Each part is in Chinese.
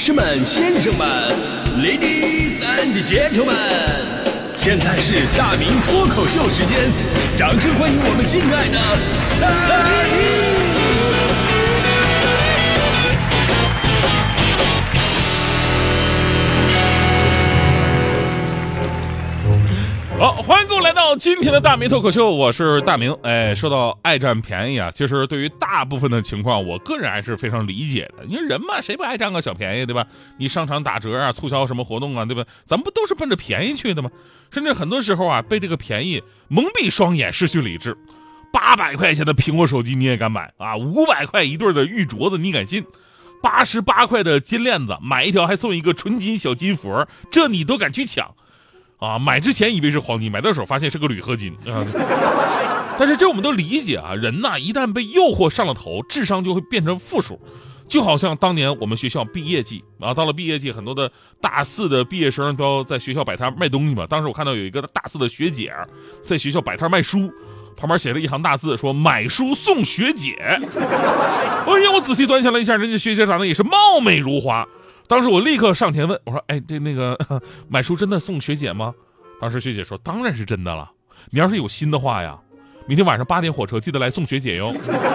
士们、先生们 ，Ladies and Gentlemen， 现在是大明脱口秀时间，掌声欢迎我们敬爱的大明！ 好，欢迎各位来到今天的大明脱口秀，我是大明。说到爱占便宜啊，其实对于大部分的情况，我个人还是非常理解的。因为人嘛，谁不爱占个小便宜，对吧？你商场打折啊，促销什么活动啊，对吧？咱们不都是奔着便宜去的吗？甚至很多时候啊，被这个便宜蒙蔽双眼，失去理智。800块钱的苹果手机你也敢买啊？500块一对的玉镯子你敢信？88块的金链子，买一条还送一个纯金小金佛，这你都敢去抢？啊，买之前以为是黄金，买到手发现是个铝合金啊！但是这我们都理解啊，人呐一旦被诱惑上了头，智商就会变成负数。就好像当年我们学校毕业季啊，到了毕业季，很多的大4的毕业生都在学校摆摊卖东西嘛。当时我看到有一个大4的学姐在学校摆摊卖书，旁边写了一行大字说买书送学姐。哎呀，我仔细端详了一下，人家学姐长得也是貌美如花。当时我立刻上前问我说：“哎，那个买书真的送学姐吗？”当时学姐说：“当然是真的了，你要是有心的话呀，明天晚上8点火车记得来送学姐哟。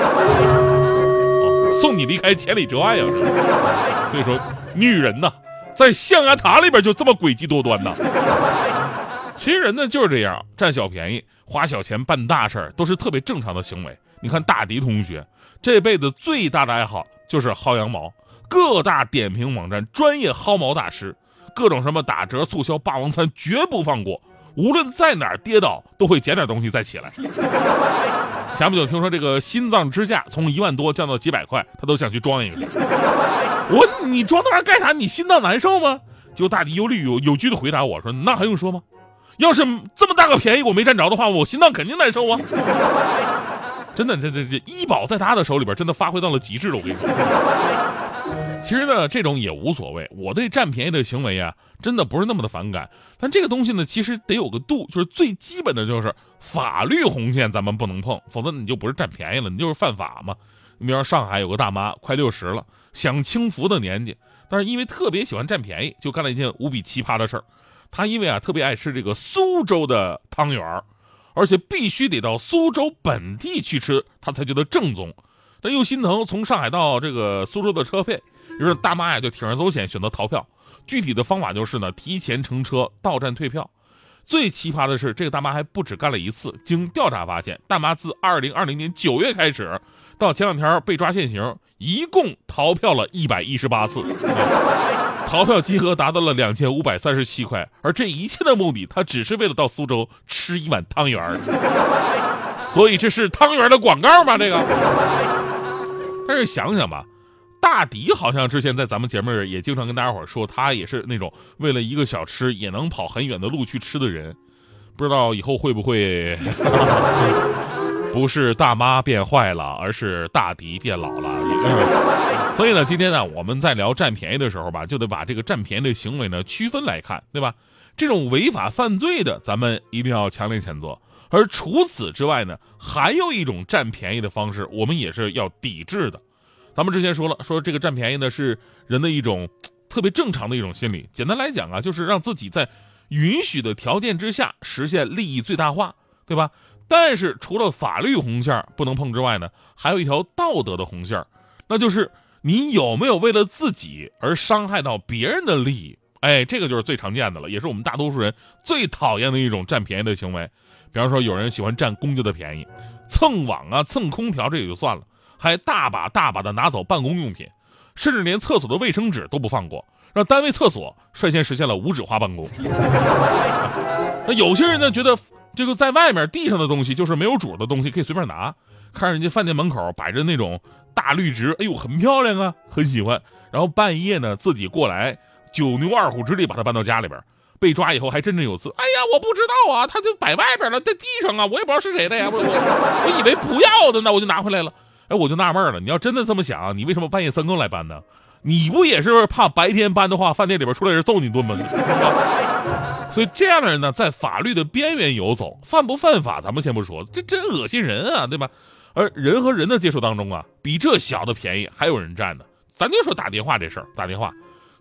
送你离开千里之外呀。”所以说，女人呐，在象牙塔里边就这么诡计多端呐。其实人呢就是这样，占小便宜、花小钱办大事儿，都是特别正常的行为。你看大迪同学这辈子最大的爱好就是薅羊毛。各大点评网站专业薅毛大师，各种什么打折促销霸王餐绝不放过，无论在哪儿跌倒都会捡点东西再起来。前不久听说这个心脏支架从1万多降到几百块，他都想去装一个。我问你装那玩意儿干啥？你心脏难受吗？就大迪有理有据的回答我说：“那还用说吗？要是这么大个便宜我没占着的话，我心脏肯定难受啊。”真的，这医保在他的手里边真的发挥到了极致了，我跟你说。其实呢，这种也无所谓。我对占便宜的行为啊，真的不是那么的反感。但这个东西呢，其实得有个度，就是最基本的就是法律红线咱们不能碰，否则你就不是占便宜了，你就是犯法嘛。你比如说上海有个大妈快60了，享清福的年纪，但是因为特别喜欢占便宜，就干了一件无比奇葩的事儿。她因为啊特别爱吃这个苏州的汤圆，而且必须得到苏州本地去吃，她才觉得正宗。但又心疼从上海到这个苏州的车费，于是大妈呀就铤而走险选择逃票。具体的方法就是呢，提前乘车到站退票。最奇葩的是，这个大妈还不止干了一次。经调查发现，大妈自2020年9月开始到前2天被抓现行，一共逃票了118次，逃票金额达到了2537块。而这一切的目的，她只是为了到苏州吃一碗汤圆。所以这是汤圆的广告吗？这个？但是想想吧，大迪好像之前在咱们节目里也经常跟大家伙说，他也是那种为了一个小吃也能跑很远的路去吃的人。不知道以后会不会不是大妈变坏了，而是大迪变老了。所以呢，今天呢我们在聊占便宜的时候吧，就得把这个占便宜的行为呢区分来看，对吧？这种违法犯罪的咱们一定要强烈谴责。而除此之外呢，还有一种占便宜的方式，我们也是要抵制的。咱们之前说了，说这个占便宜呢是人的一种特别正常的一种心理。简单来讲啊，就是让自己在允许的条件之下实现利益最大化，对吧？但是除了法律红线不能碰之外呢，还有一条道德的红线，那就是你有没有为了自己而伤害到别人的利益。这个就是最常见的了，也是我们大多数人最讨厌的一种占便宜的行为。比方说有人喜欢占公家的便宜，蹭网啊蹭空调这也就算了，还大把的拿走办公用品，甚至连厕所的卫生纸都不放过，让单位厕所率先实现了无纸化办公。那有些人呢觉得这个在外面地上的东西就是没有主的东西，可以随便拿，看人家饭店门口摆着那种大绿植，哎呦很漂亮啊，很喜欢，然后半夜呢自己过来9牛2虎之力把它搬到家里边。被抓以后还真正有次，哎呀我不知道啊，他就摆外边了，在地上啊，我也不知道是谁的呀，我以为不要的呢，我就拿回来了。我就纳闷了，你要真的这么想，你为什么半夜3更来搬呢？你不也是怕白天搬的话，饭店里边出来人揍你一顿吗？所以这样的人呢，在法律的边缘游走，犯不犯法咱们先不说，这真恶心人啊，对吧？而人和人的接触当中啊，比这小的便宜还有人占的。咱就说打电话这事儿，打电话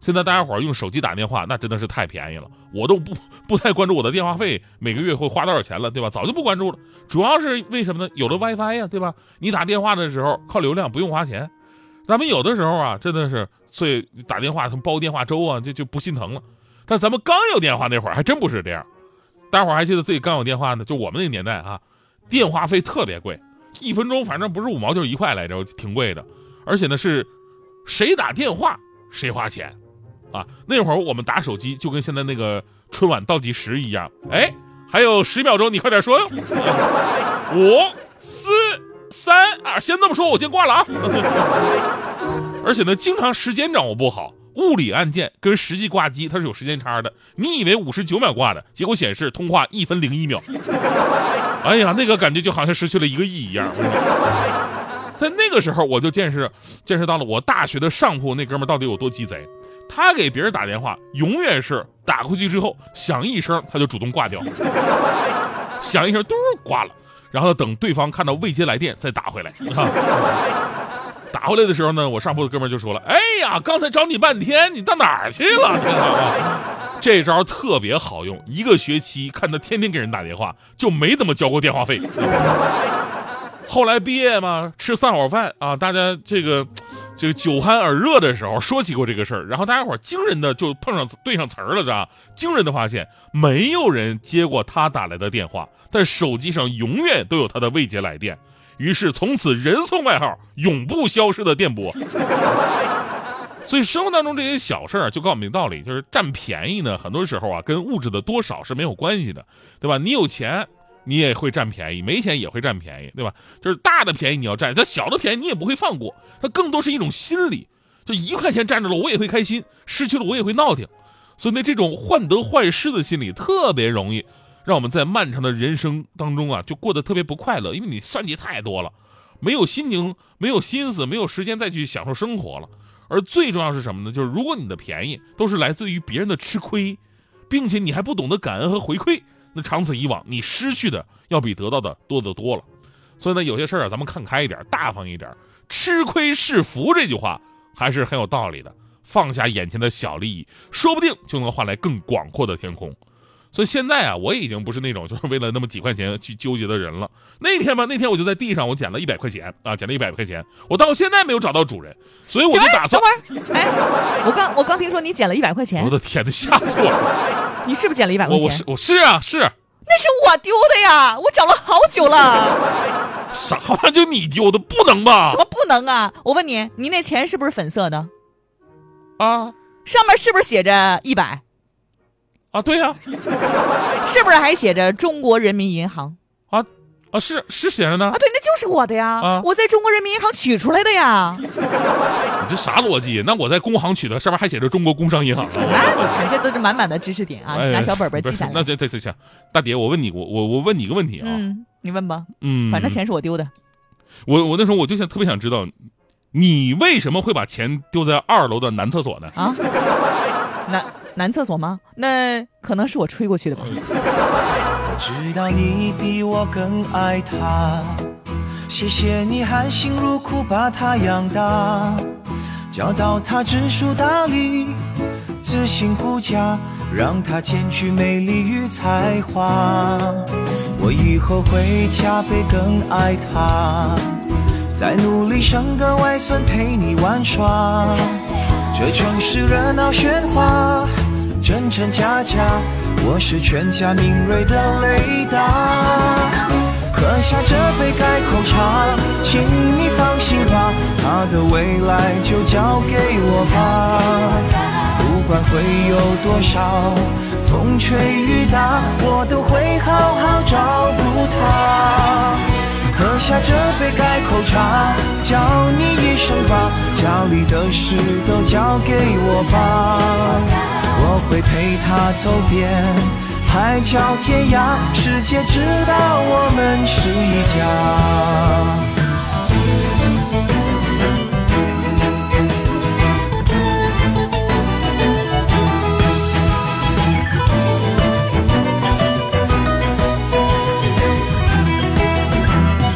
现在大家伙用手机打电话，那真的是太便宜了，我都不太关注我的电话费每个月会花多少钱了，对吧？早就不关注了。主要是为什么呢？有了 WiFi 呀，对吧？你打电话的时候靠流量，不用花钱。咱们有的时候啊，真的是所以打电话，他们包电话粥啊，就不心疼了。但咱们刚有电话那会儿，还真不是这样。大家伙还记得自己刚有电话呢？就我们那个年代啊，电话费特别贵，1分钟反正不是5毛就是1块来着，挺贵的。而且呢是谁打电话谁花钱。啊，那会儿我们打手机就跟现在那个春晚倒计时一样，哎，还有10秒钟，你快点说哟。5、4、3、2，先这么说，我先挂了啊。而且呢，经常时间掌握不好，物理按键跟实际挂机它是有时间差的。你以为59秒挂的，结果显示通话1分01秒。哎呀，那个感觉就好像失去了1个亿一样。在那个时候，我就见识到了我大学的上铺那哥们到底有多鸡贼。他给别人打电话，永远是打过去之后响一声，他就主动挂掉，响一声嘟挂了，然后等对方看到未接来电再打回来。打回来的时候呢，我上铺的哥们就说了：“哎呀，刚才找你半天，你到哪儿去了？”这招特别好用，1个学期看他天天给人打电话，就没怎么交过电话费。后来毕业嘛，吃3碗饭啊，大家这个酒酣耳热的时候说起过这个事儿，然后大家伙惊人的就对上词儿了，是吧？惊人的发现，没有人接过他打来的电话，但手机上永远都有他的未接来电。于是从此人送外号“永不消失的电波”。所以生活当中这些小事儿就告诉我们一个道理，就是占便宜呢，很多时候啊跟物质的多少是没有关系的，对吧？你有钱你也会占便宜，没钱也会占便宜，对吧？就是大的便宜你要占，但小的便宜你也不会放过，它更多是一种心理。就1块钱占着了，我也会开心；失去了，我也会闹挺。所以呢，这种患得患失的心理特别容易让我们在漫长的人生当中啊，就过得特别不快乐，因为你算计太多了，没有心情，没有心思，没有时间再去享受生活了。而最重要是什么呢？就是如果你的便宜都是来自于别人的吃亏，并且你还不懂得感恩和回馈，那长此以往，你失去的要比得到的多得多了。所以呢，有些事儿啊，咱们看开一点，大方一点。吃亏是福这句话还是很有道理的。放下眼前的小利益，说不定就能换来更广阔的天空。所以现在啊，我已经不是那种就是为了那么几块钱去纠结的人了。那天我就在地上我捡了100块钱啊，捡了100块钱，我到现在没有找到主人，所以我就打算。 等会儿，哎，我刚听说你捡了100块钱。 我的天哪，吓死我了！ 你是不是捡了100块钱？ 我是啊，是。 那是我丢的呀，我找了好久了。 啥玩意儿就你丢的？不能吧？ 怎么不能啊？我问你，你那钱是不是粉色的？ 啊， 上面是不是写着100？ 啊，对呀、 是不是还写着中国人民银行？ 是写着呢。 啊，对，那就是我的呀， 啊， 我在中国人民银行取出来的呀。 你这啥逻辑？那我在工行取的，上面还写着中国工商银行。 那你看，这都是满满的知识点啊！拿小本本记下来。 那行，大姐，我问你，我问你一个问题啊。 你问吧。 反正钱是我丢的。 我那时候我就特别想知道，你为什么会把钱丢在2楼的男厕所呢？ 啊，男厕所吗？那可能是我吹过去的吧。 我知道你比我更爱他，谢谢你含辛茹苦把他养大，教导他知书达理，自信顾家，让他兼具魅力与才华。我以后会加倍更爱他，再努力生个外孙陪你玩耍。这城市热闹喧哗，真真假假，我是全家敏锐的雷达。喝下这杯改口茶，请你放心吧，他的未来就交给我吧。不管会有多少风吹雨打，我都会好好照顾他。喝下这杯改口茶，叫你一声爸，家里的事都交给我吧。我会陪他走遍海角天涯，世界知道我们是一家。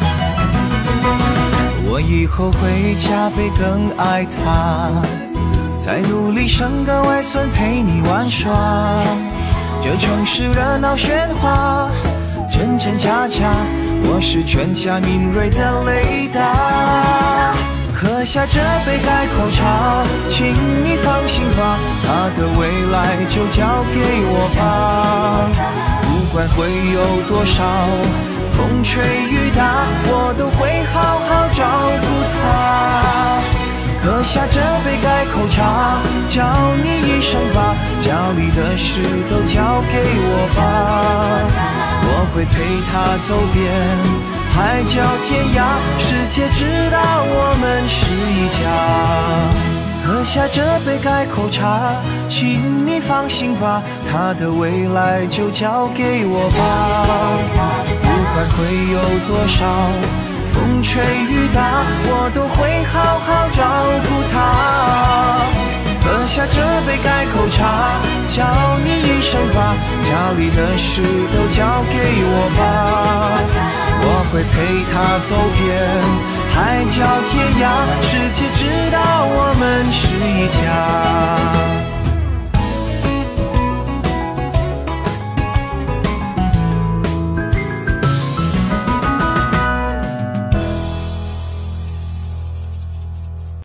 我以后会加倍更爱他， 在努力生个外孙陪你玩耍。这城市热闹喧哗，真真假假，我是全家敏锐的雷达。喝下这杯改口茶，请你放心吧，他的未来就交给我吧。不管会有多少风吹雨打，我都会好好照顾他。喝下这杯改口茶，叫你一声爸，家里的事都交给我吧。我会陪他走遍海角天涯，世界知道我们是一家。喝下这杯改口茶，请你放心吧，他的未来就交给我吧。不管会有多少风吹雨打，我都会好好照顾他。喝下这杯改口茶，叫你一声爸，家里的事都交给我吧。我会陪他走遍海角天涯，世界知道